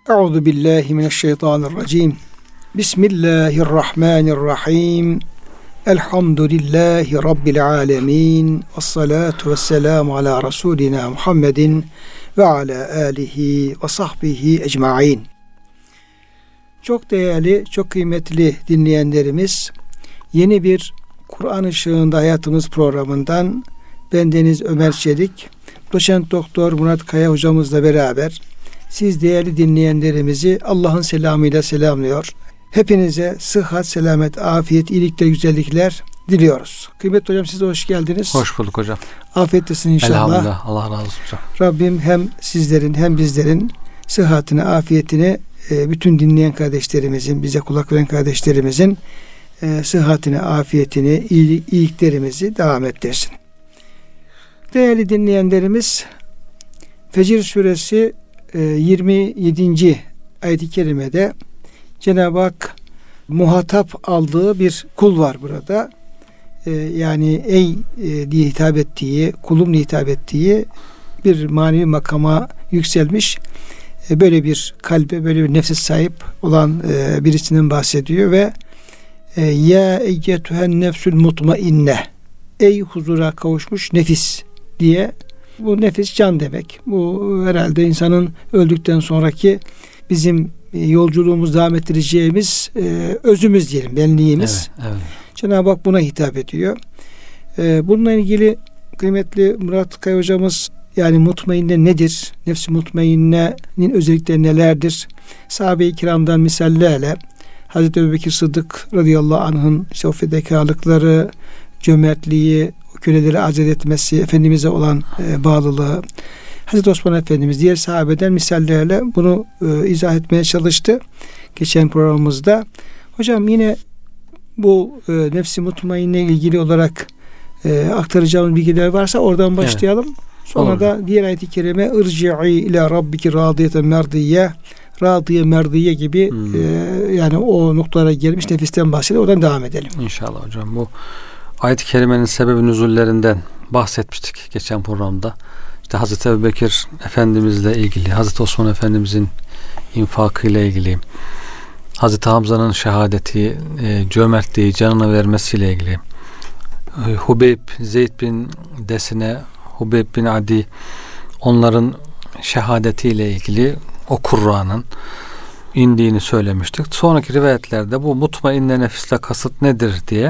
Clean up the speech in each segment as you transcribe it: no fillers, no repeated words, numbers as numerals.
Euzu billahi mineşşeytanirracim. Bismillahirrahmanirrahim. Elhamdülillahi Rabbil alemin. Vessalatu vesselamu ala Resulina Muhammedin ve ala alihi ve sahbihi ecmain. Çok değerli, çok kıymetli dinleyenlerimiz, yeni bir Kur'an Işığında Hayatımız programından bendeniz Ömer Çelik, Doçent Doktor Murat Kaya hocamızla beraber siz değerli dinleyenlerimizi Allah'ın selamıyla selamlıyor. Hepinize sıhhat, selamet, afiyet, iyilikler, güzellikler diliyoruz. Kıymetli hocam, siz de hoş geldiniz. Hoş bulduk hocam. Afiyetlesin inşallah. Elhamdülillah. Allah razı olsun hocam. Rabbim hem sizlerin hem bizlerin sıhhatini, afiyetini, bütün dinleyen kardeşlerimizin, bize kulak veren kardeşlerimizin sıhhatini, afiyetini, iyiliklerimizi devam ettirsin. Değerli dinleyenlerimiz, Fecr suresi 27. ayet-i kerimede Cenab-ı Hak muhatap aldığı bir kul var burada. Yani ey diye hitap ettiği, kulum diye hitap ettiği bir manevi makama yükselmiş, böyle bir kalbe, böyle bir nefse sahip olan birisinden bahsediyor ve ya eyyetühen nefsül mutmainne, ey huzura kavuşmuş nefis diye. Bu nefis can demek. Bu herhalde insanın öldükten sonraki bizim yolculuğumuz devam ettireceğimiz özümüz diyelim, benliğimiz. Evet, evet. Cenab-ı Hak buna hitap ediyor. Bununla ilgili kıymetli Murat Kaya hocamız, yani mutmainne nedir? Nefs-i mutmainne'nin özellikleri nelerdir? Sahabe-i kiramdan misallerle Hazreti Ebubekir Sıddık radıyallahu anh'ın o fedakarlıkları, cömertliği, köleleri azat etmesi, Efendimiz'e olan bağlılığı, Hazreti Osman Efendimiz, diğer sahabeden misallerle bunu izah etmeye çalıştı geçen programımızda. Hocam, yine bu nefs-i mutmainne ilgili olarak aktaracağımız bilgiler varsa oradan başlayalım. Evet. Sonra olur. Da diğer ayet-i kerime irci'i ila rabbiki radiyeten merdiye, radiye merdiye gibi yani o noktalara gelmiş nefisten bahsediyor. Oradan devam edelim. İnşallah hocam. Bu ayet-i kerimenin sebebi nüzullerinden bahsetmiştik geçen programda. İşte Hazreti Ebubekir Efendimizle ilgili, Hazreti Osman Efendimizin infakıyla ilgili, Hazreti Hamza'nın şehadeti, cömertliği, canına vermesiyle ilgili, Hubeyb, Zeyd bin Desine, Hubeyb bin Adi, onların şehadetiyle ilgili o Kur'an'ın indiğini söylemiştik. Sonraki rivayetlerde bu mutmainne nefisle kasıt nedir diye,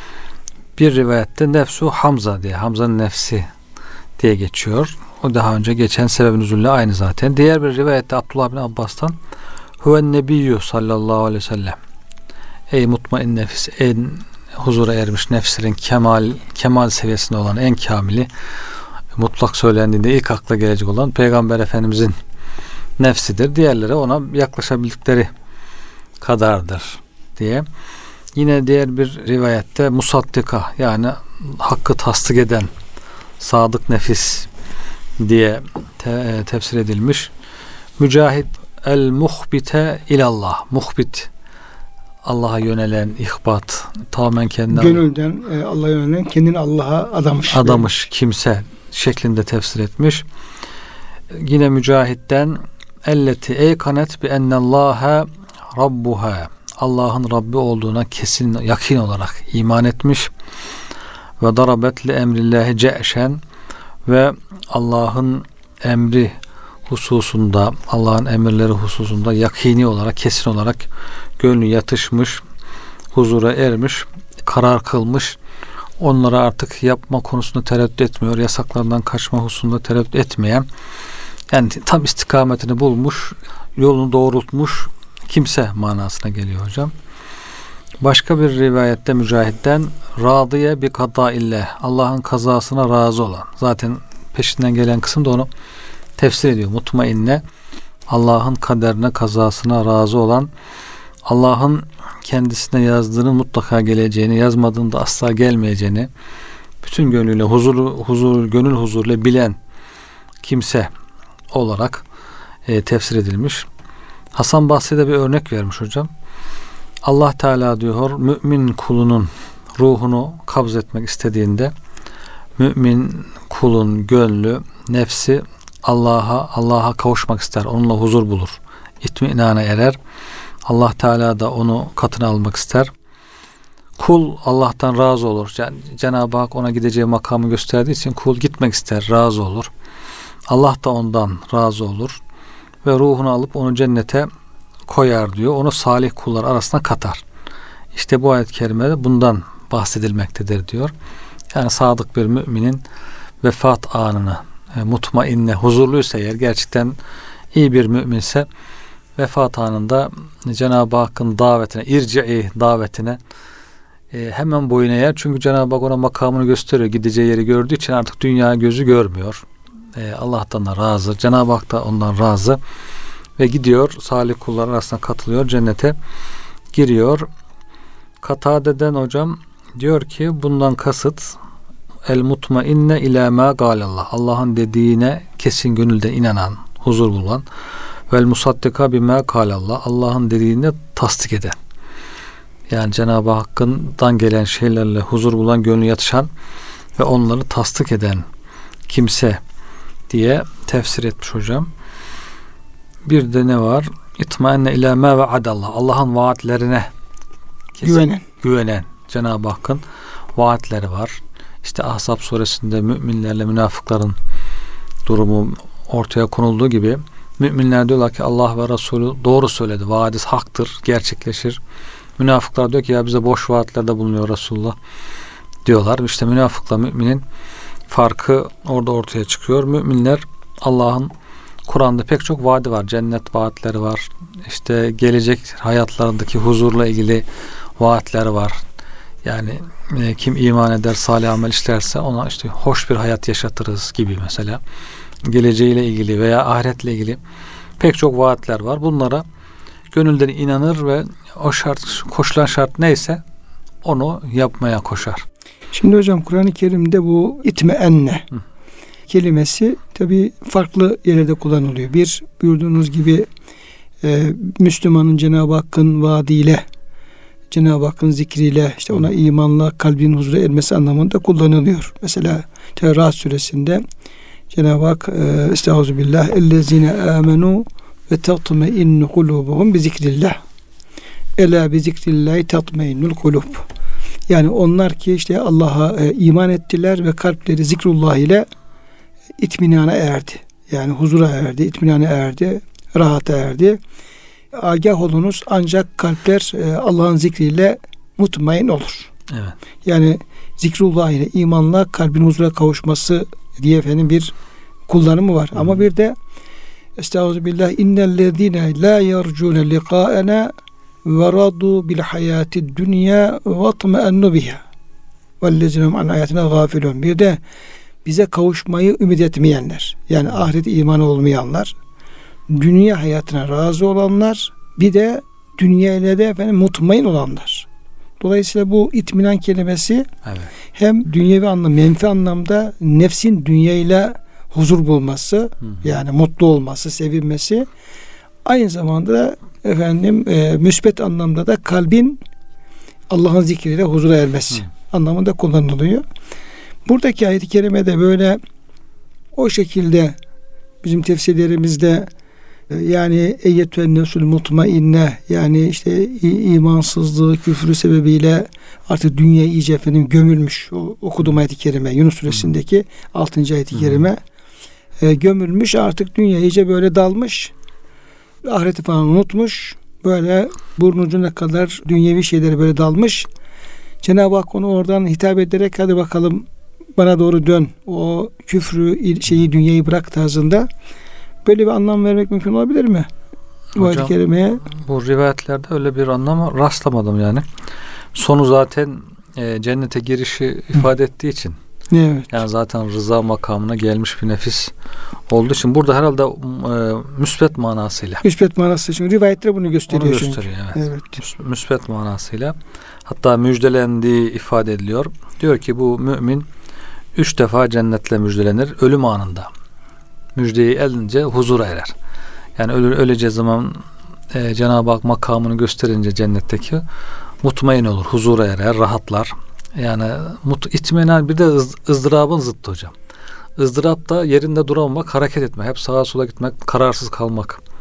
bir rivayette nefsu Hamza diye, Hamza'nın nefsi diye geçiyor. O daha önce geçen sebeb nüzulle aynı zaten. Diğer bir rivayette Abdullah bin Abbas'tan huven nebiyyü sallallahu aleyhi ve sellem, ey mutmain nefis, en huzura ermiş nefslerin kemal seviyesinde olan, en kamili, mutlak söylendiğinde ilk akla gelecek olan Peygamber Efendimizin nefsidir. Diğerleri ona yaklaşabildikleri kadardır diye. Yine diğer bir rivayette musaddika, yani hakkı tasdik eden sadık nefis diye tefsir edilmiş. Mücahid el muhbite ilallah, muhbit Allah'a yönelen, ihbat, tamamen kendine gönülden Allah'a yönelen, kendini Allah'a adamış kimse şeklinde tefsir etmiş. Yine Mücahid'den elleti eykanet bi ennallâhe rabbuha, Allah'ın Rabbi olduğuna kesin, yakin olarak iman etmiş. Ve darabet li emrillahi ce'şen, ve Allah'ın emri hususunda, Allah'ın emirleri hususunda yakini olarak, kesin olarak gönlü yatışmış, huzura ermiş, karar kılmış. Onlara artık yapma konusunda tereddüt etmiyor, yasaklardan kaçma hususunda tereddüt etmeyen, yani tam istikametini bulmuş, yolunu doğrultmuş kimse manasına geliyor hocam. Başka bir rivayette Mücahid'den radiye bi kadaille, Allah'ın kazasına razı olan. Zaten peşinden gelen kısım da onu tefsir ediyor. Mutmainne, Allah'ın kaderine, kazasına razı olan, Allah'ın kendisine yazdığını mutlaka geleceğini, yazmadığında asla gelmeyeceğini bütün gönlüyle gönül huzuruyla bilen kimse olarak tefsir edilmiş. Hasan Basri'de bir örnek vermiş hocam. Allah Teala diyor, mümin kulunun ruhunu kabz etmek istediğinde mümin kulun gönlü, nefsi Allah'a kavuşmak ister. Onunla huzur bulur. itminana erer. Allah Teala da onu katına almak ister. Kul Allah'tan razı olur. Yani Cenab-ı Hak ona gideceği makamı gösterdiği için kul gitmek ister, razı olur. Allah da ondan razı olur ve ruhunu alıp onu cennete koyar diyor. Onu salih kullar arasına katar. İşte bu ayet-i kerimede bundan bahsedilmektedir diyor. Yani sadık bir müminin vefat anını mutmainne, huzurluysa eğer, gerçekten iyi bir müminse vefat anında Cenab-ı Hakk'ın davetine, irci'i davetine hemen boyun eğer. Çünkü Cenab-ı Hak ona makamını gösteriyor. Gideceği yeri gördüğü için artık dünya gözü görmüyor. Allah'tan da razı. Cenab-ı Hak da ondan razı. Ve gidiyor, salih kullar arasına katılıyor. Cennete giriyor. Katade'den hocam diyor ki bundan kasıt el mutmainne ila ma galallah. Allah'ın dediğine kesin gönülde inanan, huzur bulan, vel musaddika bima galallah. Allah'ın dediğine tasdik eden. Yani Cenab-ı Hakk'tan gelen şeylerle huzur bulan, gönlü yatışan ve onları tasdik eden kimse diye tefsir etmiş hocam. Bir de ne var? İtmainne ila ma vaadallah. Allah'ın vaatlerine güvenen. Cenab-ı Hakk'ın vaatleri var. İşte Ahzab suresinde müminlerle münafıkların durumu ortaya konulduğu gibi müminler diyorlar ki Allah ve Resulü doğru söyledi. Vaadis haktır, gerçekleşir. Münafıklar diyor ki ya bize boş vaatlerde bulunuyor Resulullah diyorlar. İşte münafıkla müminin farkı orada ortaya çıkıyor. Müminler Allah'ın Kur'an'da pek çok vaadi var. Cennet vaatleri var. İşte gelecek hayatlarındaki huzurla ilgili vaatleri var. Yani kim iman eder, salih amel işlerse ona işte hoş bir hayat yaşatırız gibi mesela. Geleceğiyle ilgili veya ahiretle ilgili pek çok vaatler var. Bunlara gönülden inanır ve o şart, koşulan şart neyse onu yapmaya koşar. Şimdi hocam Kur'an-ı Kerim'de bu itmeenne kelimesi tabi farklı yerlerde kullanılıyor. Bir, buyurduğunuz gibi Müslümanın Cenab-ı Hakk'ın vaadiyle, Cenab-ı Hakk'ın zikriyle, işte ona imanla kalbinin huzura ermesi anlamında kullanılıyor. Mesela Rahat suresinde Cenab-ı Hak Estağfirullah ellezine amenu ve tatmeinnu kulubuhum bi zikrillah. Ela bi zikrillahi tatmeinnul kulub. Yani onlar ki işte Allah'a iman ettiler ve kalpleri zikrullah ile itminana erdi. Yani huzura erdi, itminana erdi, rahata erdi. Agah olunuz ancak kalpler Allah'ın zikriyle mutmain olur. Evet. Yani zikrullah ile imanla kalbin huzura kavuşması diye efendim bir kullanımı var. Ama bir de Estağfirullah innellezine la yercune liqa'ana ve radu bil hayati dünya ve atma'annu biha vellezine an ayatina gafilun. Bir de bize kavuşmayı ümit etmeyenler, yani ahiret imanı olmayanlar, dünya hayatına razı olanlar, bir de dünya ile de efendim mutmain olanlar. Dolayısıyla bu itminan kelimesi hem dünyevi anlamda, menfi anlamda nefsin dünyayla huzur bulması, yani mutlu olması, sevinmesi, aynı zamanda efendim müsbet anlamda da kalbin Allah'ın zikriyle huzura ermesi anlamında kullanılıyor. Buradaki ayet-i kerimede böyle o şekilde bizim tefsirlerimizde yani eyyetüen nefsul mutmainne, yani işte imansızlığı, küfrü sebebiyle artık dünya iyice efendim gömülmüş. O okuduğum ayet-i kerime Yunus suresindeki 6. ayet-i kerime gömülmüş, artık dünya iyice böyle dalmış. Ahireti falan unutmuş. Böyle burnucuna kadar dünyevi şeylere böyle dalmış. Cenab-ı Hak onu oradan hitap ederek hadi bakalım bana doğru dön. O küfrü dünyayı bırak tarzında. Böyle bir anlam vermek mümkün olabilir mi? Bu ayet-i kerimeye. Bu rivayetlerde öyle bir anlama rastlamadım yani. Sonu zaten cennete girişi ifade ettiği için. Evet. Yani zaten rıza makamına gelmiş bir nefis olduğu için burada herhalde müsbet manasıyla. Müsbet manası, çünkü rivayetler bunu gösteriyor. Onu gösteriyor, evet. Müsbet manasıyla. Hatta müjdelendiği ifade ediliyor. Diyor ki bu mümin 3 defa cennetle müjdelenir ölüm anında. Müjdeyi elince huzura erer. Yani öleceği zaman Cenab-ı Hak makamını gösterince cennetteki mutmain olur, huzura erer, rahatlar. Yani itminan bir de ızdırabın zıttı hocam. Izdırap da yerinde duramamak, hareket etmek, hep sağa sola gitmek, kararsız kalmak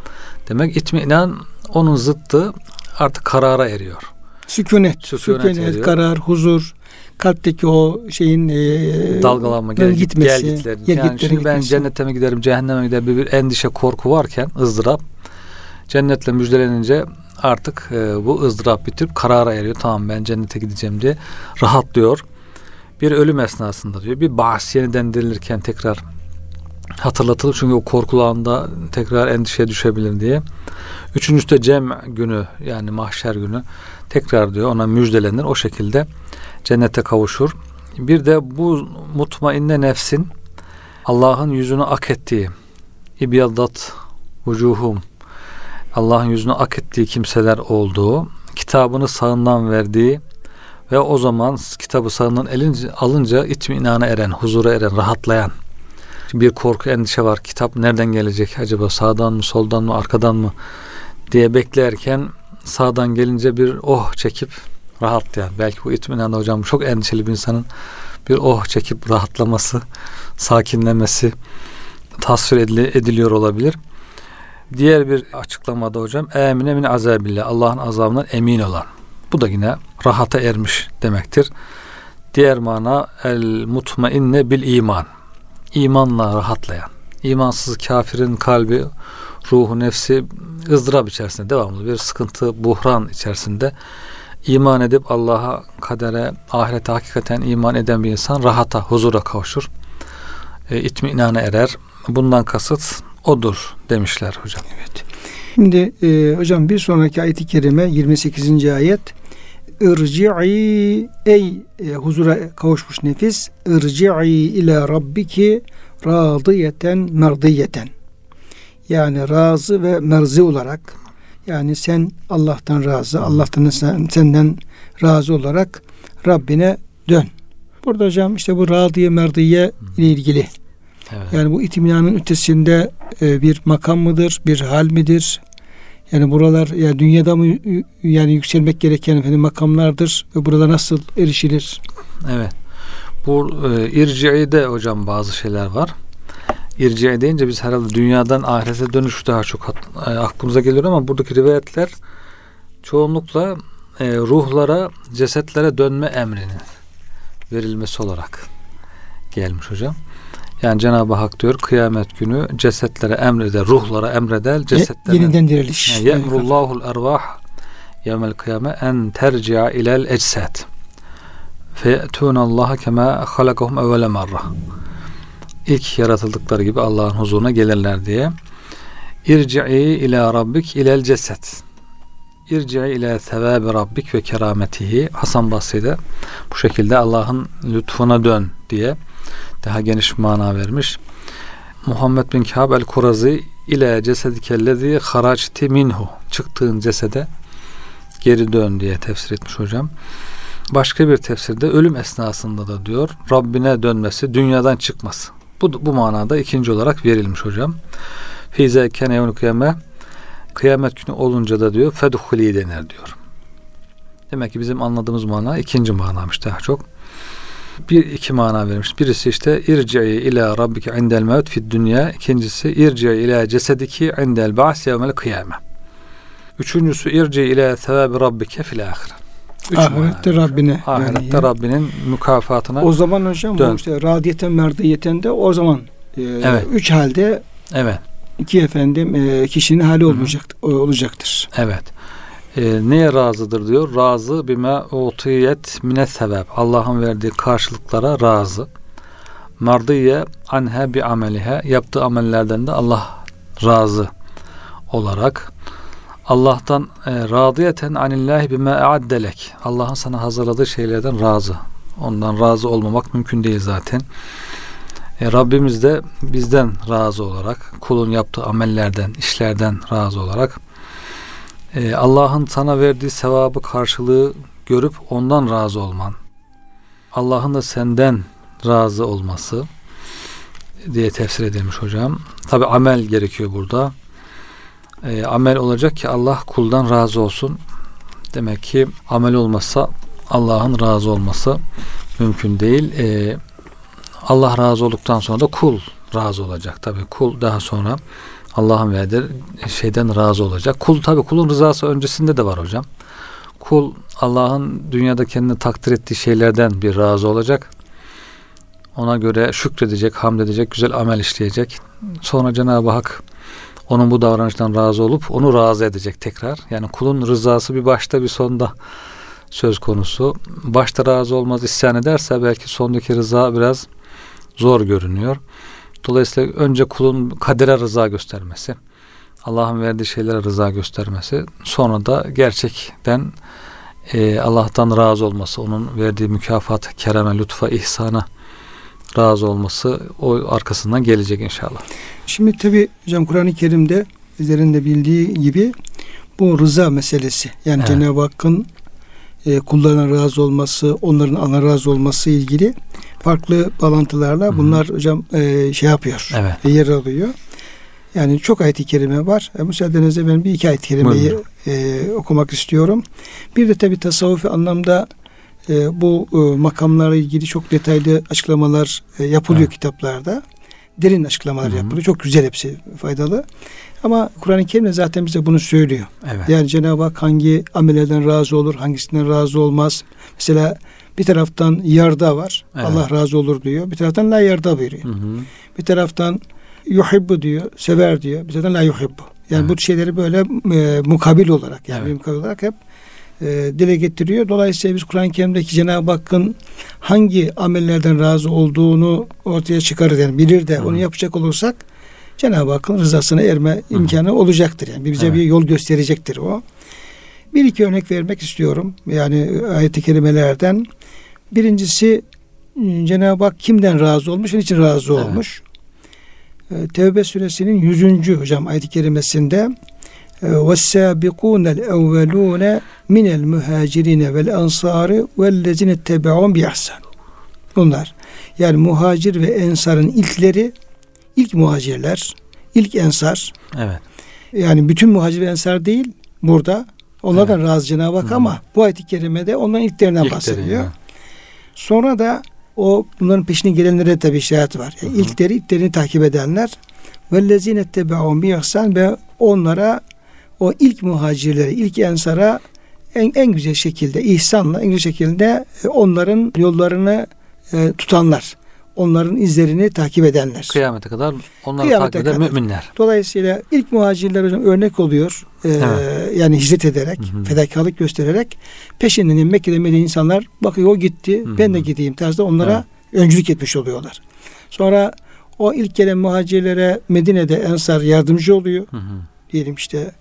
demek. İtminan onun zıttı, artık karara eriyor. Sükunet eriyor. Karar, huzur, kalpteki o şeyin dalgalanma, gitmesi, yani şimdi ben cennete mi giderim, cehenneme mi giderim, bir endişe, korku varken, ızdırap, cennetle müjdelenince artık bu ızdırap bitip karara eriyor. Tamam, ben cennete gideceğim diye rahatlıyor. Bir ölüm esnasında diyor, bir bahs yeniden dirilirken tekrar hatırlatılır, çünkü o korkulu anda tekrar endişeye düşebilir diye. Üçüncüsü de cem günü, yani mahşer günü, tekrar diyor ona müjdelenir, o şekilde cennete kavuşur. Bir de bu mutmainne nefsin Allah'ın yüzünü ak ettiği, ibyadat vucuhum, Allah'ın yüzünü ak ettiği kimseler olduğu, kitabını sağından verdiği ve o zaman kitabı sağından alınca itminana eren, huzura eren, rahatlayan. Bir korku, endişe var. Kitap nereden gelecek? Acaba sağdan mı, soldan mı, arkadan mı diye beklerken sağdan gelince bir oh çekip rahatlayan. Belki bu itminanda hocam çok endişeli bir insanın bir oh çekip rahatlaması, sakinlemesi tasvir ediliyor olabilir. Diğer bir açıklamada hocam emine min azabillah, Allah'ın azabından emin olan. Bu da yine rahata ermiş demektir. Diğer mana el mutmainne bil iman. İmanla rahatlayan. İmansız kafirin kalbi, ruhu, nefsi ızdırap içerisinde, devamlı bir sıkıntı, buhran içerisinde. İman edip Allah'a, kadere, ahirete hakikaten iman eden bir insan rahata, huzura kavuşur. İtminana erer. Bundan kasıt odur demişler hocam. Evet. Şimdi hocam bir sonraki ayet-i kerime 28. ayet. İrci'i, ey huzura kavuşmuş nefis, irci'i ila rabbiki radiyeten merdiyeten. Yani razı ve merzi olarak, yani sen Allah'tan razı, Allah'tan senden razı olarak Rabbine dön. Burada hocam işte bu radiye merdiye ile ilgili. Evet. Yani bu itminanın ötesinde bir makam mıdır, bir hal midir? Yani buralar, yani dünyada mı yani yükselmek gereken makamlardır ve burada nasıl erişilir? Evet. Bu irci'de hocam bazı şeyler var. İrci'i deyince biz herhalde dünyadan ahirete dönüş daha çok aklımıza geliyor, ama buradaki rivayetler çoğunlukla ruhlara, cesetlere dönme emrinin verilmesi olarak gelmiş hocam. Yani Cenab-ı Hak diyor, kıyamet günü cesetlere emreder, ruhlara emreder, cesetlere yeniden diriliş. Ye'murullahul ervah yevmel kıyame en terci'a ilel ecset fe'tunallaha kema halakahum evvele marra. İlk yaratıldıkları gibi Allah'ın huzuruna gelirler diye. İrci'i ila rabbik ilel ceset. İrci'i ila sevabi rabbik ve kerametihi. Hasan Basri'de bu şekilde Allah'ın lütfuna dön diye daha geniş bir mana vermiş. Muhammed bin Kâb el-Kurazi ile cesedikellezi haraçti minhu, çıktığın cesede geri dön diye tefsir etmiş hocam. Başka bir tefsirde ölüm esnasında da diyor Rabbine dönmesi, dünyadan çıkması. Bu manada ikinci olarak verilmiş hocam. Fize kene yevmül kıyame, kıyamet günü olunca da diyor fedhuli denir diyor. Demek ki bizim anladığımız mana ikinci manamış daha çok. İki mana vermiş. Birisi işte irci'i ila rabbike indel mevt fid dünya. İkincisi irci'i ila cesediki indel ba's yevmel kıyame. Üçüncüsü irci'i ila sevabi rabbike fil ahire. Ahirette Rabbine. Ahirette yani Rabbinin mükafatına. O zaman hocam dön. Bu işte radiyeten merdiyeten de o zaman evet. Üç halde evet. Kişinin hali olacaktır. Evet. Neye razıdır diyor? Razı bime utiyet mine sebep. Allah'ın verdiği karşılıklara razı. Mardiye anhe bi amelihe. Yaptığı amellerden de Allah razı olarak. Allah'tan radiyeten anillahi bime e'addelek. Allah'ın sana hazırladığı şeylerden razı. Ondan razı olmamak mümkün değil zaten. Rabbimiz de bizden razı olarak, kulun yaptığı amellerden, işlerden razı olarak, Allah'ın sana verdiği sevabı, karşılığı görüp ondan razı olman, Allah'ın da senden razı olması diye tefsir edilmiş hocam. Tabi amel gerekiyor burada. Amel olacak ki Allah kuldan razı olsun. Demek ki amel olmazsa Allah'ın razı olması mümkün değil. Allah razı olduktan sonra da kul razı olacak. Tabi kul daha sonra Allah'ın verdiği şeyden razı olacak. Kul, tabii kulun rızası öncesinde de var hocam. Kul Allah'ın dünyada kendini takdir ettiği şeylerden bir razı olacak. Ona göre şükredecek, hamd edecek, güzel amel işleyecek. Sonra Cenab-ı Hak onun bu davranıştan razı olup onu razı edecek tekrar. Yani kulun rızası bir başta bir sonda söz konusu. Başta razı olmaz, isyan ederse belki sondaki rıza biraz zor görünüyor. Dolayısıyla önce kulun kadere rıza göstermesi, Allah'ın verdiği şeylere rıza göstermesi, sonra da gerçekten Allah'tan razı olması, onun verdiği mükafat, kereme, lütfa, ihsana razı olması o arkasından gelecek inşallah. Şimdi tabi hocam Kur'an-ı Kerim'de bizlerin de bildiği gibi bu rıza meselesi, yani evet, Cenab-ı Hakk'ın kullarına razı olması, onların Allah razı olması ilgili farklı bağlantılarla bunlar hocam şey yapıyor, evet, yer alıyor. Yani çok ayet-i kerime var. Müsaadenizle ben bir iki ayet-i kerimeyi okumak istiyorum. Bir de tabi tasavvufi anlamda bu makamlarla ilgili çok detaylı açıklamalar yapılıyor, evet, kitaplarda. Derin açıklamalar yapılıyor. Çok güzel, hepsi faydalı. Ama Kur'an-ı Kerim zaten bize bunu söylüyor. Evet. Yani Cenab-ı Hak hangi amellerden razı olur, hangisinden razı olmaz. Mesela bir taraftan yarda var. Evet. Allah razı olur diyor. Bir taraftan la yarda buyuruyor. Bir taraftan yuhibbu diyor, sever diyor. Bir taraftan la yuhibbu. Yani evet, bu şeyleri böyle mukabil olarak, yani evet, mukabil olarak hep dile getiriyor. Dolayısıyla biz Kur'an-ı Kerim'deki Cenab-ı Hakk'ın hangi amellerden razı olduğunu ortaya çıkarır, yani bilir de onu yapacak olursak Cenab-ı Hakk'ın rızasına erme imkanı olacaktır. Yani bize evet, bir yol gösterecektir o. Bir iki örnek vermek istiyorum. Yani ayet-i kerimelerden. Birincisi, Cenab-ı Hak kimden razı olmuş ve niçin razı olmuş? Evet. Tevbe suresinin 100. hocam ayet-i kerimesinde وَالسَّابِقُونَ الْاَوَّلُونَ مِنَ الْمُهَاجِرِينَ وَالْاَنْصَارِ وَالَّذِينَ اتَّبَعُونَ بِإِحْسَانٍ. Bunlar, yani muhacir ve ensarın ilkleri, ilk muhacirler, ilk ensar. Evet. Yani bütün muhacir ve ensar değil burada. Onlardan evet, razı Cenab-ı Hak ama bu ayet-i kerimede onların ilklerinden bahsediyor. Sonra da bunların peşine gelenlere tabi işaret var. Yani ilklerini takip edenler وَالَّذِينَ اتَّبَعُونَ بِإِحْسَانٍ ve onlara, o ilk muhacirlere, ilk ensara en güzel şekilde, ihsanla, en güzel şekilde onların yollarını tutanlar, onların izlerini takip edenler. Kıyamete kadar onları takip eden müminler. Dolayısıyla ilk muhacirler hocam örnek oluyor. Evet. Yani hicret ederek, fedakarlık göstererek peşinden Mekke'de Medine'de insanlar bakıyor, o gitti, ben de gideyim tarzda onlara öncülük etmiş oluyorlar. Sonra o ilk gelen muhacirlere Medine'de ensar yardımcı oluyor. Diyelim işte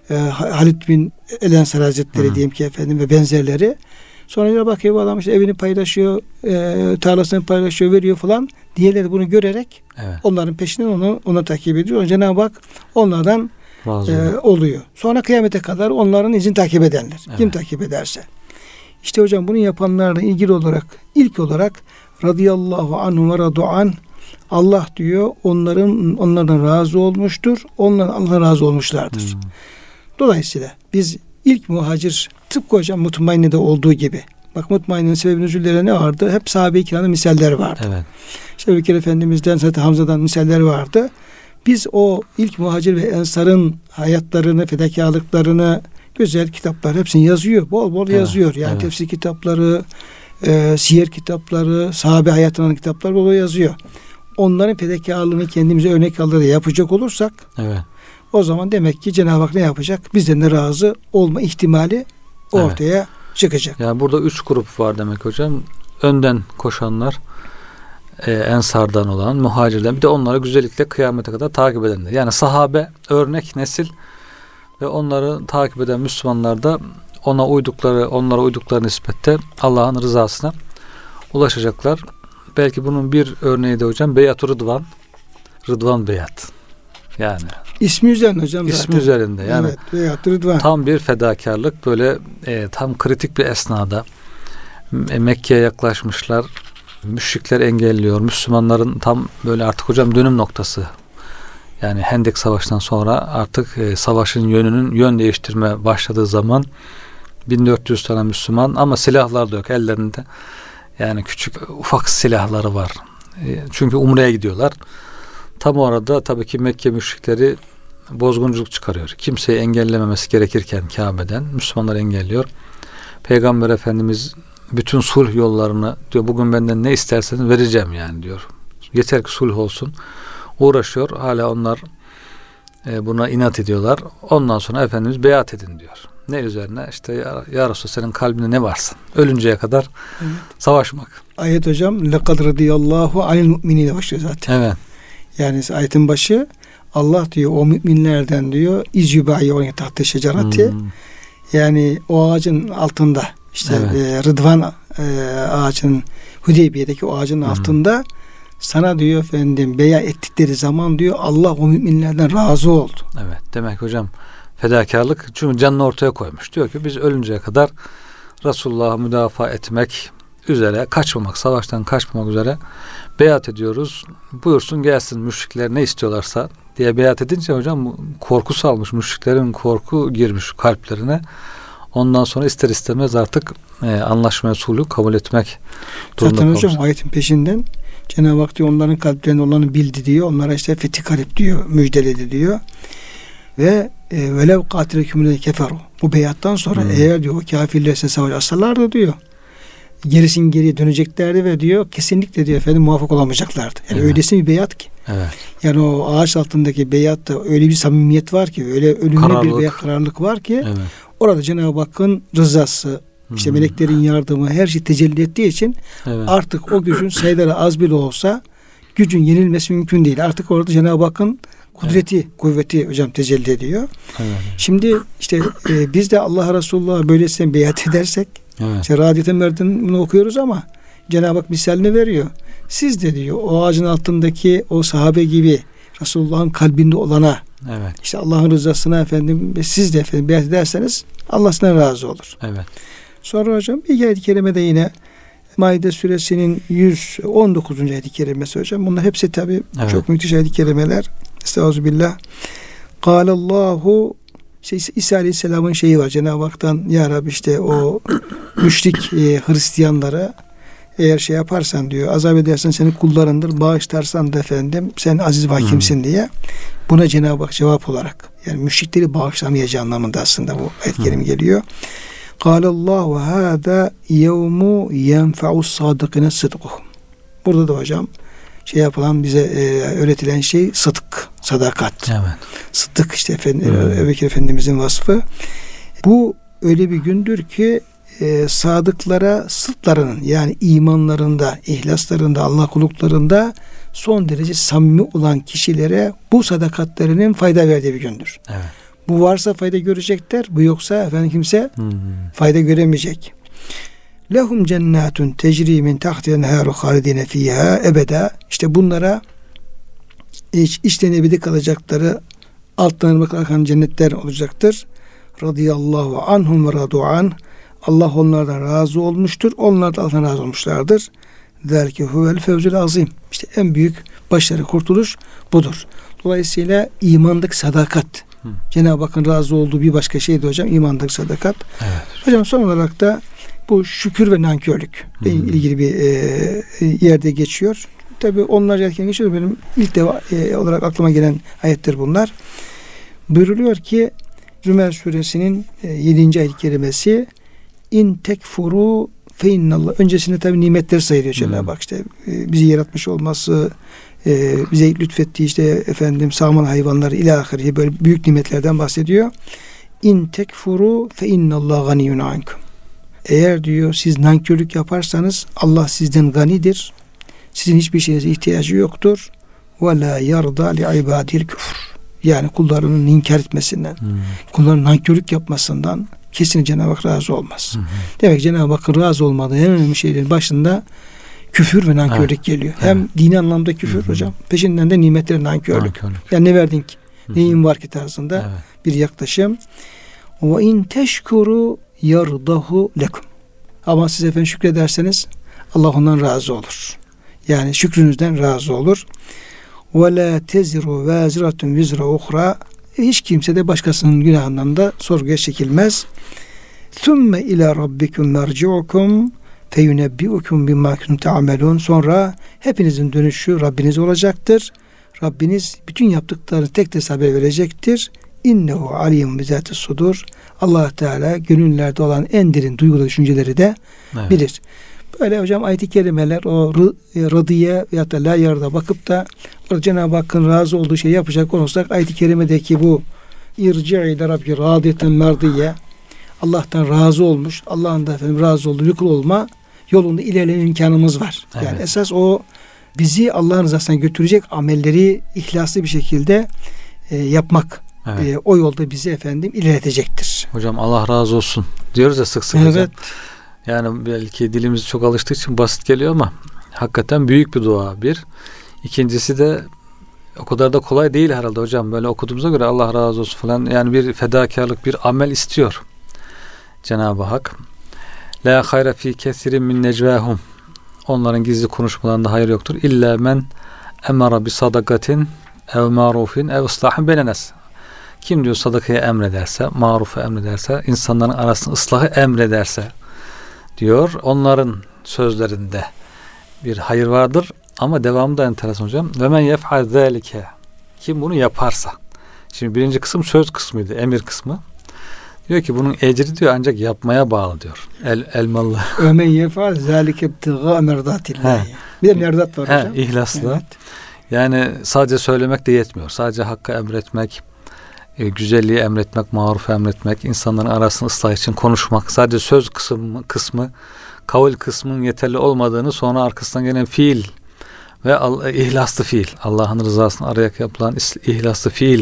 Halid bin el-Ensar Hazretleri diyelim ki efendim ve benzerleri. Sonra bakıyor bu adam işte evini paylaşıyor, tarlasını paylaşıyor, veriyor falan. Diğerleri bunu görerek onların peşinden onu takip ediyor. Cenab-ı Hak onlardan oluyor. Sonra kıyamete kadar onların izini takip edenler. Evet. Kim takip ederse. İşte hocam bunu yapanlarla ilgili olarak ilk olarak radıyallahu anhu ve radu'an, Allah diyor onlardan razı olmuştur. Onlar Allah'tan razı olmuşlardır. Dolayısıyla biz ilk muhacir, tıpkı hocam Mutmaine'de olduğu gibi. Bak Mutmaine'nin sebebinin üzülleri ne vardı? Hep sahabe-i kiramın misaller vardı. Evet. İşte Ebu Bekir Efendimiz'den, Hazreti Hamza'dan misaller vardı. Biz o ilk muhacir ve ensarın hayatlarını, fedakarlıklarını, güzel kitaplar hepsini yazıyor. Bol bol yazıyor. Yani tefsir kitapları, siyer kitapları, sahabe hayatının kitapları bol yazıyor. Onların fedakarlığını kendimize örnek alarak yapacak olursak o zaman demek ki Cenab-ı Hak ne yapacak? Bizden de razı olma ihtimali ortaya çıkacak. Yani burada 3 grup var demek hocam. Önden koşanlar, ensardan olan, muhacirden, bir de onları güzellikle kıyamete kadar takip edenler. Yani sahabe örnek nesil ve onları takip eden Müslümanlar da onlara uydukları nispette Allah'ın rızasına ulaşacaklar. Belki bunun bir örneği de hocam Beyat-ı Rıdvan. Rıdvan Beyat. Yani İsmi üzerinde hocam zaten. İsmi üzerinde. Yani evet, Beyat-ı Rıdvan. Tam bir fedakarlık, böyle tam kritik bir esnada Mekke'ye yaklaşmışlar. Müşrikler engelliyor. Müslümanların tam böyle artık hocam dönüm noktası. Yani Hendek Savaşı'ndan sonra artık savaşın yön değiştirme başladığı zaman 1400 tane Müslüman ama silahlar da yok ellerinde. Yani küçük ufak silahları var. Çünkü Umre'ye gidiyorlar. Tam o arada tabii ki Mekke müşrikleri bozgunculuk çıkarıyor. Kimseyi engellememesi gerekirken Kabe'den Müslümanları engelliyor. Peygamber Efendimiz bütün sulh yollarını diyor, bugün benden ne isterseniz vereceğim yani diyor. Yeter ki sulh olsun. Uğraşıyor. Hala onlar buna inat ediyorlar. Ondan sonra Efendimiz beyat edin diyor. Ne üzerine? İşte ya Resulallah, senin kalbinde ne varsın? Ölünceye kadar savaşmak. Ayet hocam لَقَدْ رَضِيَ اللّٰهُ عَنِ الْمُؤْمِنِينَ başlıyor zaten. Evet. Yani ayetin başı Allah diyor o müminlerden diyor İzyübâyi tahte şecerati, yani o ağacın altında işte Rıdvan ağacının, Hudeybiye'deki o ağacın altında sana diyor efendim beyat ettikleri zaman diyor Allah o müminlerden razı oldu. Evet. Demek hocam fedakarlık, çünkü canını ortaya koymuş. Diyor ki biz ölünceye kadar Resulullah'ı müdafaa etmek üzere, kaçmamak, savaştan kaçmamak üzere beyat ediyoruz. Buyursun gelsin müşrikler ne istiyorlarsa diye beyat edince hocam korku salmış. Müşriklerin korku girmiş kalplerine. Ondan sonra ister istemez artık anlaşmaya sulhü kabul etmek durumunda zaten kalmış. hocam ayetin peşinden Cenab-ı Hak diyor onların kalplerinde olanı bildi diyor. Onlara işte fethi garip diyor, müjdeledi diyor. Ve velev katilekümüne keferu. Bu beyattan sonra eğer diyor o kafirler size savaş açsalardı diyor, gerisin geriye döneceklerdi ve diyor kesinlikle diyor efendim muvaffak olamayacaklardı. Yani öylesi bir beyat ki. Evet. Yani o ağaç altındaki beyatta öyle bir samimiyet var ki, öyle ölümüne bir beyat, kararlılık var ki orada Cenab-ı Hakk'ın rızası, işte meleklerin yardımı, her şey tecelli ettiği için artık o gücün sayıları az bile olsa gücün yenilmesi mümkün değil. Artık orada Cenab-ı Hakk'ın kudreti, kuvveti hocam tecelli ediyor. Şimdi işte biz de Allah Resulullah'a böylesine beyat edersek, işte Radiyete Mert'in bunu okuyoruz ama Cenab-ı Hak misalini veriyor. Siz de diyor o ağacın altındaki o sahabe gibi Resulullah'ın kalbinde olana, işte Allah'ın rızasına efendim siz de efendim beyat ederseniz Allah sizden razı olur. Sonra hocam bir ayet-i kerimede yine Maide suresinin 119. ayet-i kerimesi hocam. Bunlar hepsi tabi çok müthiş ayet-i kerimeler. Estağfirullah. Kâlallahu, İsa Aleyhisselam'ın şeyi var. Cenab-ı Hak'tan ya Rabbi işte o müşrik Hristiyanlara eğer şey yaparsan diyor, azap edersen senin kullarındır, bağışlarsan da efendim sen aziz ve hakimsin diye. Buna Cenab-ı Hak cevap olarak, yani müşrikleri bağışlamayacağı anlamında aslında bu ayet-i kerime geliyor. Kâlallahu hâdâ yevmu yenfe'us sâdıkine sıdkuhum. Burada da hocam şey yapılan, bize öğretilen şey sıdk, sadakat. Sıddık işte Ebu Bekir Efendimizin vasfı. Bu öyle bir gündür ki sadıklara sıdklarının, yani imanlarında, ihlaslarında, Allah kulluklarında son derece samimi olan kişilere bu sadakatlerinin fayda verdiği bir gündür. Bu varsa fayda görecekler, bu yoksa efendim kimse fayda göremeyecek. Lehum cennetun tecri min tahtiha nehâru halidine fîhâ ebeda. İşte bunlara içten ebedi kalacakları alttan ırmak akan cennetler olacaktır. Radıyallahu anhum ve radu an. Allah onlardan razı olmuştur. Onlar da Allah'tan razı olmuşlardır. Zâlike huvel fevzül azim. İşte en büyük başarı, kurtuluş budur. Dolayısıyla imandaki sadakat. Cenab-ı Hakk'ın razı olduğu bir başka şey de hocam imandaki sadakat. Hocam son olarak da bu şükür ve nankörlük ile ilgili bir yerde geçiyor. Tabi onlarca ayetken geçiyor. Benim ilk defa olarak aklıma gelen ayetler bunlar. Buyruluyor ki Zümer suresinin 7. ayet-i kerimesi in tekfuru fe innallah. Öncesinde tabi nimetler sayılıyor Cenab-ı Hak. İşte bizi yaratmış olması, bize lütfettiği işte efendim sağman hayvanları ilahiri böyle büyük nimetlerden bahsediyor. İn tekfuru fe innallah ganiyyun ankum. Eğer diyor siz nankörlük yaparsanız Allah sizden ganidir. Sizin hiçbir şeyinize ihtiyacı yoktur. Ve la yarda li ibadil küfür. Yani kullarının inkar etmesinden, kulların nankörlük yapmasından kesin Cenab-ı Hak razı olmaz. Demek Cenab-ı Hakk'ın razı olmadığı en önemli şeylerin başında küfür ve nankörlük geliyor. Hem dini anlamda küfür hocam, peşinden de nimetlerin nankörlük. Yani ne verdin ki? Neyin var ki tarzında bir yaklaşım. Ve in teşkuru yardahu lekum. Ama siz efendim şükrederseniz Allah ondan razı olur. Yani şükrünüzden razı olur. Ve la teziru vaziratun vizra ukhra. Hiç kimse de başkasının günahından da sorguya çekilmez. Thumme ila rabbikum merci'ukum feyunebbi'ukum bimma kuntum ta'melun. Sonra hepinizin dönüşü Rabbiniz olacaktır. Rabbiniz bütün yaptıklarını tek tek haber verecektir. İnnehu alimun bizati sudur. Allah Teala gönüllerde olan en derin duygu düşünceleri de bilir. Böyle hocam ayet-i kerimeler o radiye veyahut da la yarda bakıp da orada Cenab-ı Hakk'ın razı olduğu şeyi yapacak olursak ayet-i kerimedeki bu irci' ile Rabbi radiyeten merdiye, Allah'tan razı olmuş, Allah'ın da razı olduğu bir kul olma yolunda ilerleme imkanımız var. Evet. Yani esas o bizi Allah'ın rızasına götürecek amelleri ihlaslı bir şekilde yapmak. Evet. O yolda bizi ilerletecektir. Hocam Allah razı olsun diyoruz ya sık sık. Evet. Hocam. Yani belki dilimiz çok alıştığı için basit geliyor ama hakikaten büyük bir dua bir. İkincisi de o kadar da kolay değil herhalde hocam. Böyle okuduğumuza göre Allah razı olsun falan. Yani bir fedakarlık, bir amel istiyor Cenab-ı Hak. La hayra fi kesirin min necvahum. Onların gizli konuşmalarında hayır yoktur. İlla men emara bi sadakatin ev marufin ev ıslahin beynenes. Kim diyor sadakayı emrederse, marufu emrederse, insanların arasında ıslahı emrederse diyor. Onların sözlerinde bir hayır vardır. Ama devamı da enteresan hocam. Ve men yef'al zâlike. Kim bunu yaparsa. Şimdi birinci kısım söz kısmıydı. Emir kısmı. Diyor ki bunun ecri diyor ancak yapmaya bağlı diyor. Elmalı. Ve men yef'al zâlike ibtigâ merdatillah. Bir de merdat var hocam. İhlasla. Evet. Yani sadece söylemek de yetmiyor. Sadece hakkı emretmek, güzelliği emretmek, marufu emretmek, insanların arasını ıslah için konuşmak. Sadece söz kısmı, kavil kısmının yeterli olmadığını, sonra arkasından gelen fiil ve ihlaslı fiil, Allah'ın rızasını arayarak yapılan ihlaslı fiil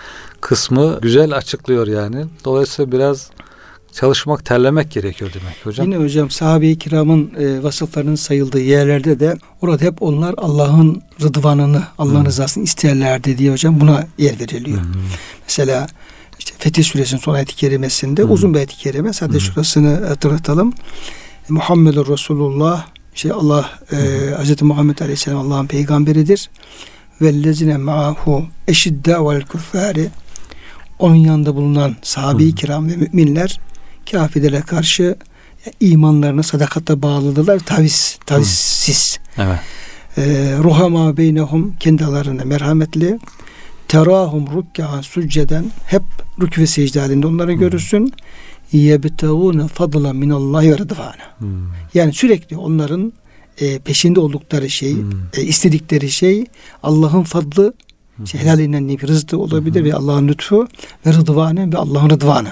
kısmı güzel açıklıyor yani. Dolayısıyla biraz çalışmak, terlemek gerekiyor demek hocam. Yine hocam sahabe-i kiramın vasıflarının sayıldığı yerlerde de orada hep onlar Allah'ın rıdvanını, Allah'ın rızasını isterlerdi diye hocam buna yer veriliyor. Mesela işte Fetih Suresinin son ayet-i kerimesinde uzun bir ayet-i kerime, sadece şurasını hatırlatalım. Muhammedur Resulullah, işte Allah Hz. Muhammed Aleyhisselam Allah'ın peygamberidir. Vellezine ma'ahu eşidda vel kuffari, onun yanında bulunan sahabe-i kiram ve müminler kafirlere karşı imanlarına sadakata bağlıdırlar. Tavizsiz. Evet. Ruhama beynehum, kendi aralarında merhametli. Terahum rukkan succeden, hep rükû ve secde halinde onları görürsün. Yebtevûne fadlan minallahi ve rıdvâne. Yani sürekli onların peşinde oldukları şey, istedikleri şey Allah'ın fadlı, helalinden bir rızkı olabilir ve Allah'ın lütfu ve rıdvanı ve Allah'ın rıdvanı.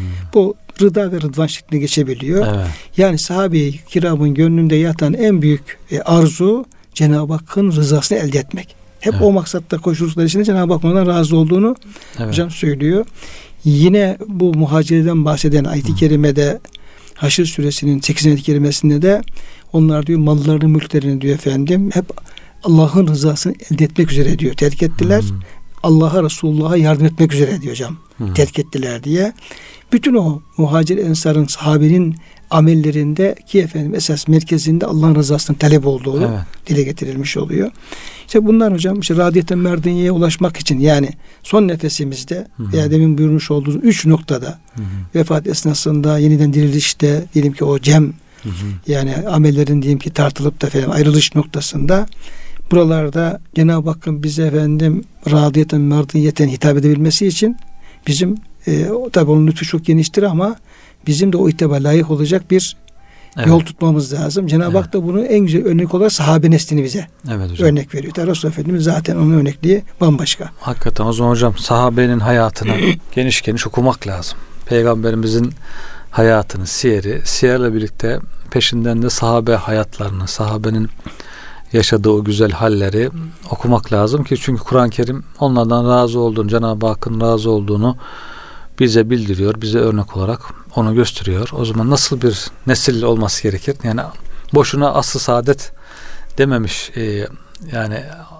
Bu rıda ve rıdvan şeklinde geçebiliyor. Evet. Yani sahabe-i kiramın gönlünde yatan en büyük arzu Cenab-ı Hakk'ın rızasını elde etmek. Hep o maksatta koşulları içinde Cenab-ı Hak ondan razı olduğunu hocam söylüyor. Yine bu muhacirden bahseden ayet-i kerimede Haşr suresinin 8. ayet-i kerimesinde de onlar diyor mallarını, mülklerini diyor hep Allah'ın rızasını elde etmek üzere diyor terk ettiler. Allah'a, Resulullah'a yardım etmek üzere diyor hocam. Terk ettiler diye. Bütün o muhacir ensarın, sahabenin amellerinde ki esas merkezinde Allah'ın rızasının talep olduğu dile getirilmiş oluyor. İşte bunlar hocam radiyeten merdiyeye ulaşmak için, yani son nefesimizde veya demin buyurmuş olduğunuz 3 noktada vefat esnasında, yeniden dirilişte, diyelim ki o cem yani amellerin diyelim ki tartılıp da ayrılış noktasında, buralarda Cenab-ı Hakk'ın bize radiyeten merdiyeten hitap edebilmesi için bizim tabi onun lütfu çok geniştir ama bizim de o hitaba layık olacak bir yol tutmamız lazım. Cenab-ı Hak da bunu en güzel örnek olarak sahabe neslini bize örnek veriyor. Resulullah Efendimiz zaten onun örnekliği bambaşka. Hakikaten o zaman hocam sahabenin hayatını geniş geniş okumak lazım. Peygamberimizin hayatını, siyerle birlikte peşinden de sahabe hayatlarını, sahabenin yaşadığı o güzel halleri okumak lazım ki çünkü Kur'an-ı Kerim onlardan razı olduğunu, Cenab-ı Hakk'ın razı olduğunu bize bildiriyor, bize örnek olarak onu gösteriyor. O zaman nasıl bir nesil olması gerekir? Yani boşuna asr-ı saadet dememiş yani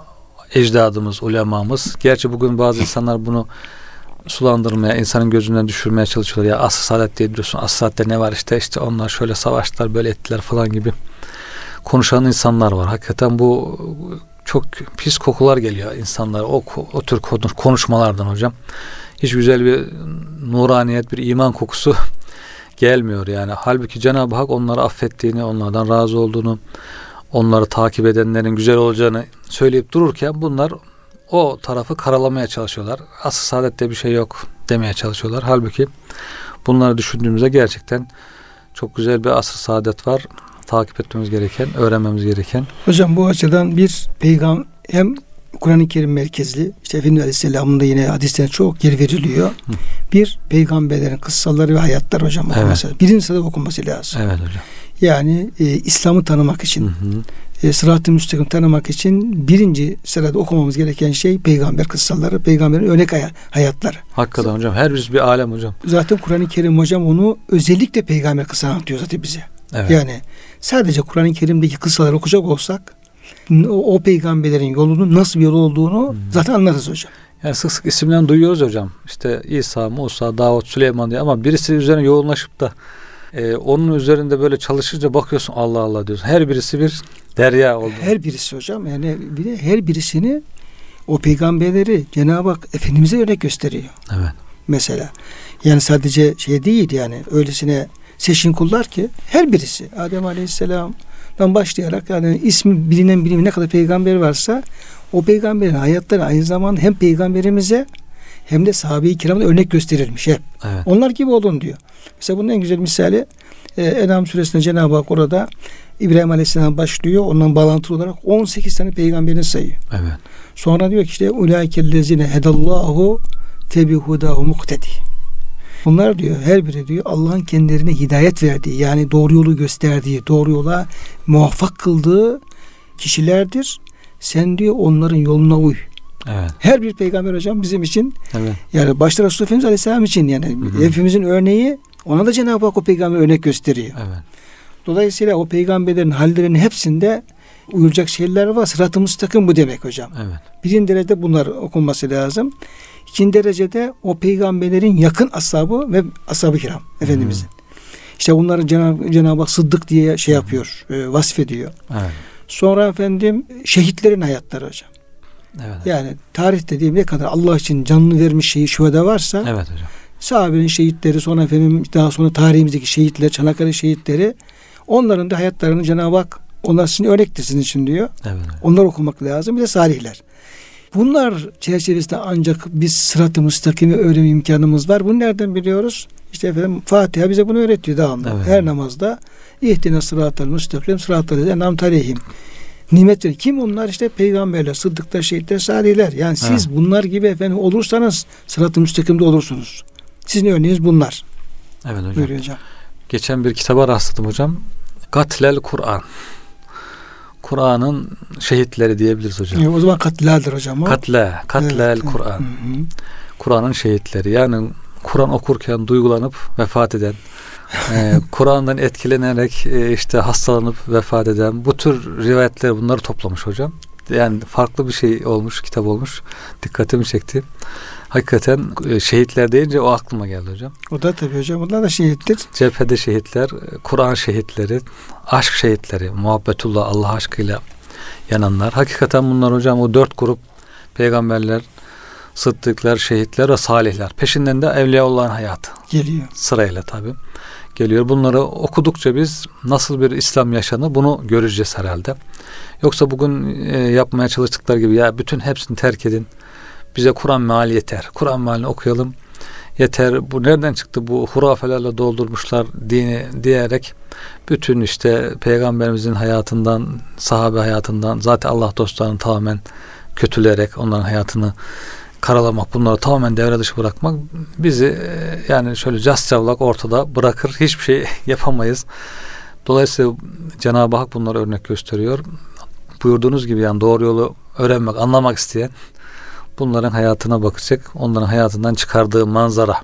ecdadımız, ulemamız. Gerçi bugün bazı insanlar bunu sulandırmaya, insanın gözünden düşürmeye çalışıyorlar. Ya asr-ı saadet diye biliyorsun, asr-ı saadette ne var işte onlar şöyle savaştılar, böyle ettiler falan gibi konuşan insanlar var. Hakikaten bu çok pis kokular geliyor insanlara o tür konuşmalardan hocam. Hiç güzel bir nuraniyet, bir iman kokusu gelmiyor yani. Halbuki Cenab-ı Hak onları affettiğini, onlardan razı olduğunu, onları takip edenlerin güzel olacağını söyleyip dururken bunlar o tarafı karalamaya çalışıyorlar. Asr-ı saadette bir şey yok demeye çalışıyorlar. Halbuki bunları düşündüğümüzde gerçekten çok güzel bir asr-ı saadet var. Takip etmemiz gereken, öğrenmemiz gereken. Hocam bu açıdan bir peygamber hem Kur'an-ı Kerim merkezli, işte Efendimiz Aleyhisselam'ın da yine hadislerine çok yer veriliyor. Bir, peygamberlerin kıssaları ve hayatlar hocam okunması. Evet. Birinci sırada okunması lazım. Evet hocam. Yani İslam'ı tanımak için, sırat-ı müstakim tanımak için birinci sırada okumamız gereken şey peygamber kıssaları, peygamberin örnek hayatları. Hakikaten hocam. Her birisi bir alem hocam. Zaten Kur'an-ı Kerim hocam onu özellikle peygamber kıssaları anlatıyor zaten bize. Evet. Yani sadece Kur'an-ı Kerim'deki kıssaları okuyacak olsak o peygamberlerin yolunun nasıl bir yol olduğunu zaten anlarız hocam. Yani sık sık isimlerini duyuyoruz hocam. İşte İsa, Musa, Davut, Süleyman diye, ama birisi üzerine yoğunlaşıp da onun üzerinde böyle çalışınca bakıyorsun Allah Allah diyorsun. Her birisi bir derya oldu. Her birisi hocam, yani bir de her birisini o peygamberleri Cenab-ı Hak Efendimiz'e örnek gösteriyor. Evet. Mesela yani sadece şey değil, yani öylesine seçkin kullar ki her birisi Adem Aleyhisselam'dan başlayarak, yani ismi bilinen ne kadar peygamber varsa o peygamberin hayatları aynı zamanda hem peygamberimize hem de sahabe-i kiramda örnek gösterilmiş hep. Evet. Onlar gibi olun diyor. Mesela bunun en güzel misali En'am suresinde Cenab-ı Hak orada İbrahim Aleyhisselam başlıyor. Ondan bağlantılı olarak 18 tane peygamberini sayıyor. Evet. Sonra diyor ki işte ulaikellezine hedallahu tebihudahu muktedi. Bunlar diyor her biri diyor Allah'ın kendilerine hidayet verdiği, yani doğru yolu gösterdiği, doğru yola muvaffak kıldığı kişilerdir. Sen diyor onların yoluna uy. Evet. Her bir peygamber hocam bizim için, evet, yani başta Resulullah Efendimiz Aleyhisselam için, yani hepimizin örneği, ona da Cenab-ı Hak o peygamber örnek gösteriyor. Evet. Dolayısıyla o peygamberlerin hallerinin hepsinde uyulacak şeyler var. Sırat-ı müstakim bu demek hocam. Evet. Birinci derecede bunlar okunması lazım. İkinci derecede o peygamberlerin yakın ashabı ve ashab-ı kiram Efendimizin. İşte bunları Cenab-ı Hak Sıddık diye şey yapıyor, vasfediyor. Evet. Sonra efendim şehitlerin hayatları hocam. Evet. Yani tarih dediğim ne kadar Allah için canını vermiş şüheda varsa, evet hocam, sahabenin şehitleri, sonra efendim daha sonra tarihimizdeki şehitler, Çanakkale şehitleri, onların da hayatlarını Cenab-ı Hak onlar için örnektir sizin için diyor. evet. Onları okumak lazım. Bir de salihler. Bunlar çerçevesinde ancak biz sırat-ı müstakimi öğrenme imkanımız var. Bunu nereden biliyoruz? İşte efendim Fatiha bize bunu öğretiyor devamlı. Evet. Her namazda İhdine sıratal müstakim sıratal en'amte aleyhim. Nimet verir. Kim onlar? İşte peygamberler, sıddıklar, şehitler, salihler. Yani siz bunlar gibi efendim olursanız sırat-ı müstakimde olursunuz. Sizin örneğiniz bunlar. Evet hocam. Buyuruyor hocam. Geçen bir kitaba rastladım hocam. Katlel Kur'an. Kur'an'ın şehitleri diyebiliriz hocam. O zaman katladır hocam o. Katlel Evet. Kur'an. Hı. Kur'an'ın şehitleri. Yani Kur'an okurken duygulanıp vefat eden, Kur'an'dan etkilenerek işte hastalanıp vefat eden, bu tür rivayetler, bunları toplamış hocam. Yani farklı bir şey olmuş, kitap olmuş. Dikkatimi çekti. Hakikaten şehitler deyince o aklıma geldi hocam. O da tabii hocam. Onlar da şehittir. Cephede şehitler, Kur'an şehitleri, aşk şehitleri, muhabbetullah, Allah aşkıyla yananlar. Hakikaten bunlar hocam o 4 grup peygamberler, sıddıklar, şehitler ve salihler. Peşinden de Evliyaullah'ın hayatı. Geliyor. Sırayla tabii geliyor. Bunları okudukça biz nasıl bir İslam yaşanır bunu göreceğiz herhalde. Yoksa bugün yapmaya çalıştıkları gibi ya bütün hepsini terk edin, bize Kur'an meali yeter, Kur'an mealini okuyalım yeter, bu nereden çıktı, bu hurafelerle doldurmuşlar dini diyerek bütün işte peygamberimizin hayatından, sahabe hayatından, zaten Allah dostlarını tamamen kötüleyerek onların hayatını karalamak, bunları tamamen devre dışı bırakmak bizi yani şöyle cascavlak ortada bırakır. Hiçbir şey yapamayız. Dolayısıyla Cenab-ı Hak bunları örnek gösteriyor. Buyurduğunuz gibi yani doğru yolu öğrenmek, anlamak isteyen bunların hayatına bakacak. Onların hayatından çıkardığı manzara,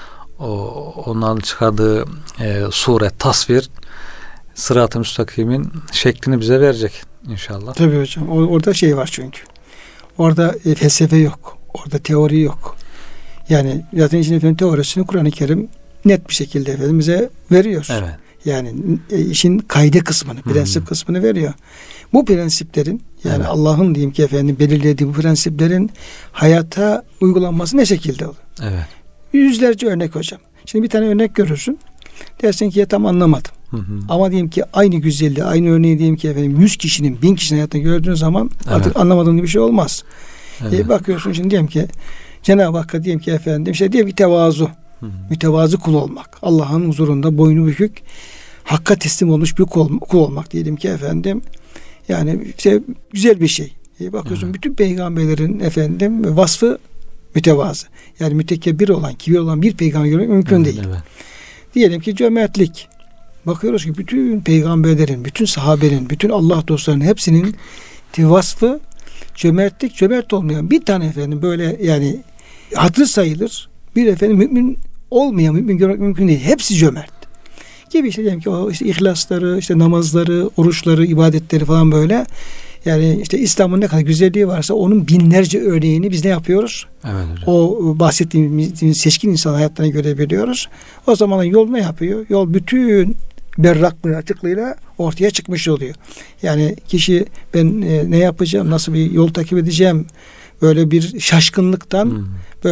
onların çıkardığı suret, tasvir, sırat-ı müstakimin şeklini bize verecek inşallah. Tabii hocam. Orada şey var çünkü. Orada felsefe yok. Orada teori yok. Yani zaten için efendim teorisini Kur'an-ı Kerim net bir şekilde efendimize veriyor. Evet. Yani işin kaide kısmını, prensip kısmını veriyor. Bu prensiplerin yani Allah'ın diyeyim ki efendim belirlediği bu prensiplerin hayata uygulanması ne şekilde olur? Evet. Yüzlerce örnek hocam. Şimdi bir tane örnek görürsün. Dersin ki ya tam anlamadım. Ama diyelim ki aynı güzelliği, aynı örneği diyelim ki efendim 100 kişinin, 1000 kişinin hayatını gördüğün zaman artık anlamadığın bir şey olmaz. Evet. Bakıyorsun şimdi diyelim ki Cenab-ı Hakk'a diyelim ki efendim diyelim ki tevazu. Mütevazı kul olmak. Allah'ın huzurunda boynu bükük, Hakka teslim olmuş bir kul olmak diyelim ki efendim. Yani güzel bir şey. Bakıyorsun bütün peygamberlerin efendim vasfı mütevazı. Yani mütekebbir olan, kibir olan bir peygamber görmek mümkün değil. Evet. Diyelim ki cömertlik. Bakıyoruz ki bütün peygamberlerin, bütün sahabenin, bütün Allah dostlarının hepsinin vasfı cömertlik. Cömert olmayan bir tane efendim böyle yani hatırı sayılır. Bir efendim mümin olmayan, mümin görmek mümkün değil. Hepsi cömert. Gibi işte diyelim ki o işte ihlasları, işte namazları, oruçları, ibadetleri falan böyle. Yani işte İslam'ın ne kadar güzelliği varsa onun binlerce örneğini biz ne yapıyoruz? Evet hocam. O bahsettiğimiz seçkin insan hayatlarına görebiliyoruz. O zaman yol ne yapıyor? Yol bütün berraklığı, açıklığıyla ortaya çıkmış oluyor. Yani kişi ben ne yapacağım, nasıl bir yol takip edeceğim, böyle bir şaşkınlıktan,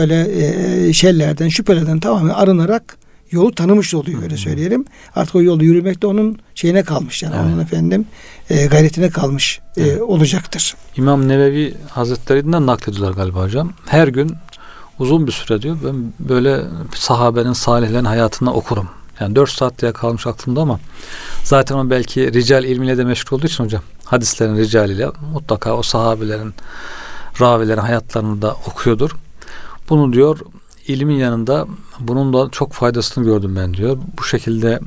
böyle şeylerden, şüphelerden tamamen arınarak yolu tanımış oluyor, öyle söyleyelim. Artık o yolu yürümek de onun şeyine kalmış. Yani onun efendim gayretine kalmış olacaktır. İmam Nevevi Hazretleri'nden naklediyorlar galiba hocam. Her gün uzun bir süre diyor ben böyle sahabenin, salihlerin hayatını okurum. Yani 4 saat diye kalmış aklımda ama zaten o belki rical ilmiyle de meşgul olduğu için hocam hadislerin ricaliyle mutlaka o sahabelerin, ravilerin hayatlarını da okuyordur. Bunu diyor ilmin yanında bunun da çok faydasını gördüm ben diyor. Bu şekilde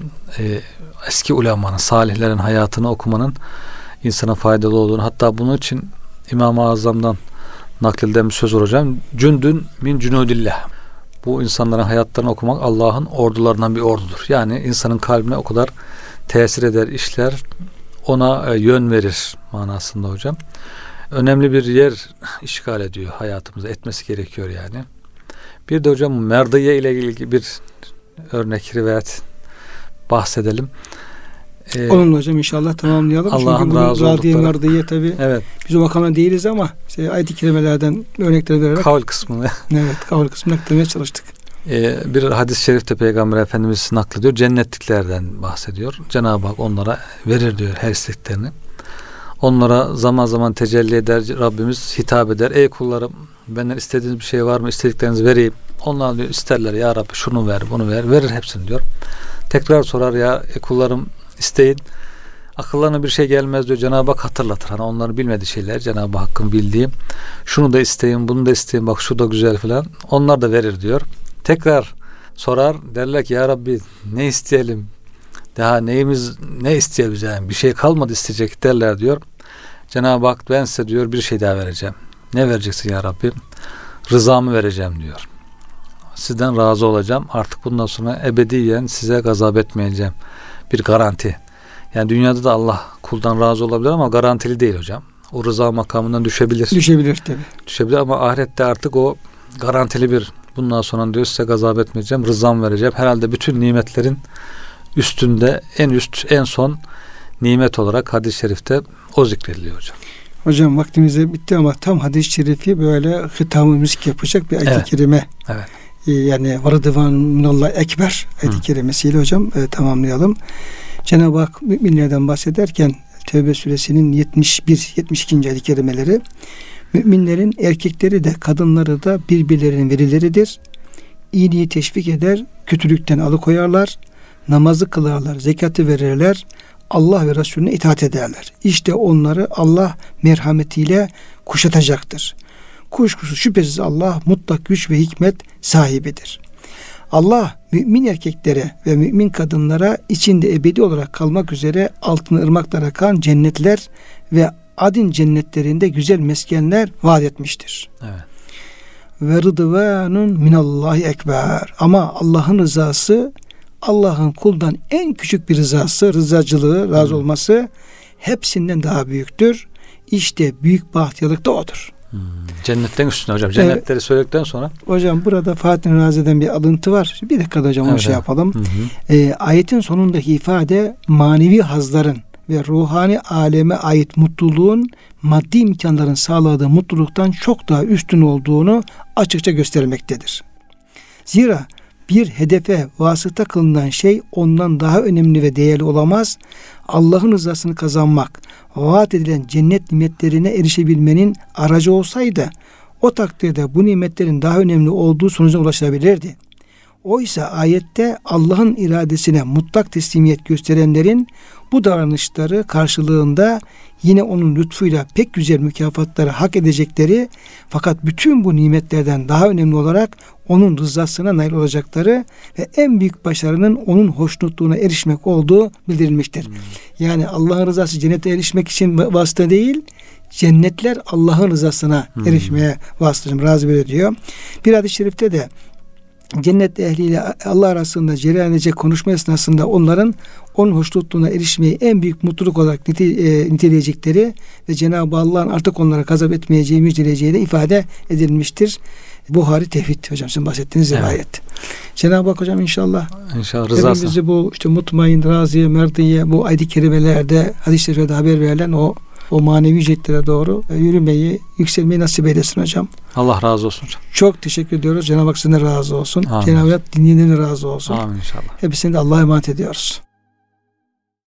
eski ulemanın, salihlerin hayatını okumanın insana faydalı olduğunu, hatta bunun için İmam-ı Azam'dan nakledilen bir söz var hocam. Cündün min cünudillah. Bu insanların hayatlarını okumak Allah'ın ordularından bir ordudur. Yani insanın kalbine o kadar tesir eder, işler, ona yön verir manasında hocam. Önemli bir yer işgal ediyor hayatımızda. Etmesi gerekiyor yani. Bir de hocam merdiye ile ilgili bir örnek rivayet bahsedelim. Onunla hocam inşallah tamamlayalım. Allah'ın çünkü razı radiye oldukları. merdiye tabi Evet. biz o makamda değiliz ama ayet-i kerimelerden örnekler vererek Kavl kısmını. evet, kavl kısmını aktarmaya çalıştık. Bir hadis-i şerifte Peygamber Efendimiz naklediyor. Cennetliklerden bahsediyor. Cenab-ı Hak onlara verir diyor her istediklerini. Onlara zaman zaman tecelli eder. Rabbimiz hitap eder. Ey kullarım, benden istediğiniz bir şey var mı? İstediklerinizi vereyim. Onlar diyor isterler, ya Rabbi şunu ver, bunu ver. Verir hepsini diyor. Tekrar sorar, ya kullarım isteyin. Akıllarına bir şey gelmez diyor. Cenab-ı Hak hatırlatır. Hani onların bilmediği şeyler Cenab-ı Hakk'ın bildiği. Şunu da isteyin, bunu da isteyin. Bak şu da güzel falan. Onlar da verir diyor. Tekrar sorar. Derler ki ya Rabbi ne isteyelim? Daha ne isteyelim yani? Bir şey kalmadı isteyecek derler diyor. Cenab-ı Hak ben size diyor bir şey daha vereceğim. Ne vereceksin ya Rabbi? Rızamı vereceğim diyor. Sizden razı olacağım. Artık bundan sonra ebediyen size gazap etmeyeceğim. Bir garanti. Yani dünyada da Allah kuldan razı olabilir ama garantili değil hocam. O rıza makamından düşebilir. Düşebilir tabii. Düşebilir ama ahirette artık o garantili bir, bundan sonra diyor size gazap etmeyeceğim, rızam vereceğim. Herhalde bütün nimetlerin üstünde en son nimet olarak hadis-i şerifte o zikrediliyor hocam. Hocam vaktimiz bitti ama tam hadis-i şerifi böyle hitam-ı müzik yapacak bir ayet-i kerime. Evet. Yani varadıvan minallah ekber ayet-i kerimesiyle hocam tamamlayalım. Cenab-ı Hak müminlerden bahsederken Tevbe suresinin 71-72. ayet-i kerimeleri, müminlerin erkekleri de kadınları da birbirlerinin velileridir. İyiliği teşvik eder, kötülükten alıkoyarlar, namazı kılarlar, zekatı verirler, Allah ve Resulüne itaat ederler. İşte onları Allah merhametiyle kuşatacaktır. Kuşkusuz şüphesiz Allah mutlak güç ve hikmet sahibidir. Allah mümin erkeklere ve mümin kadınlara içinde ebedi olarak kalmak üzere altına ırmaklar akan cennetler ve adin cennetlerinde güzel meskenler vaat etmiştir. Evet. Ve rıdvanun minallahi ekber. Ama Allah'ın rızası, Allah'ın kuldan en küçük bir rızası, rızacılığı, razı olması hepsinden daha büyüktür. İşte büyük bahtiyarlık da odur. Cennetten üstüne hocam. Cennetleri söyledikten sonra. Hocam burada Fatih Razi'den bir alıntı var. Bir dakika hocam onu yapalım. Ayetin sonundaki ifade manevi hazların ve ruhani aleme ait mutluluğun maddi imkanların sağladığı mutluluktan çok daha üstün olduğunu açıkça göstermektedir. Zira bir hedefe vasıta kılınan şey ondan daha önemli ve değerli olamaz. Allah'ın rızasını kazanmak, vaat edilen cennet nimetlerine erişebilmenin aracı olsaydı O takdirde bu nimetlerin daha önemli olduğu sonucuna ulaşılabilirdi. Oysa ayette Allah'ın iradesine mutlak teslimiyet gösterenlerin bu davranışları karşılığında yine onun lütfuyla pek güzel mükafatları hak edecekleri, fakat bütün bu nimetlerden daha önemli olarak onun rızasına nail olacakları ve en büyük başarının onun hoşnutluğuna erişmek olduğu bildirilmiştir. Yani Allah'ın rızası cennete erişmek için vasıta değil, cennetler Allah'ın rızasına erişmeye vasıta. Razı böyle diyor. Bir hadis-i şerifte de cennet ehliyle Allah arasında cereyan edecek konuşma esnasında onların onun hoşnutluğuna erişmeyi en büyük mutluluk olarak niteleyecekleri ve Cenab-ı Allah'ın artık onlara gazap etmeyeceği, müjdeleyeceği de ifade edilmiştir. Buhari Tevhid hocam, sizin bahsettiğiniz rivayet. Cenab-ı Hak hocam inşallah rızası. Hepimizi bu işte mutmain, raziye, merdiye, bu ayet-i kerimelerde, hadis-i şeriflerde haber verilen o manevi ücretlere doğru yürümeyi, yükselmeyi nasip eylesin hocam. Allah razı olsun hocam. Çok teşekkür ediyoruz. Cenab-ı Hak sizden razı olsun. Amin. Cenab-ı Hak dinleyenlerin razı olsun. Amin inşallah. Hepsini de Allah'a emanet ediyoruz.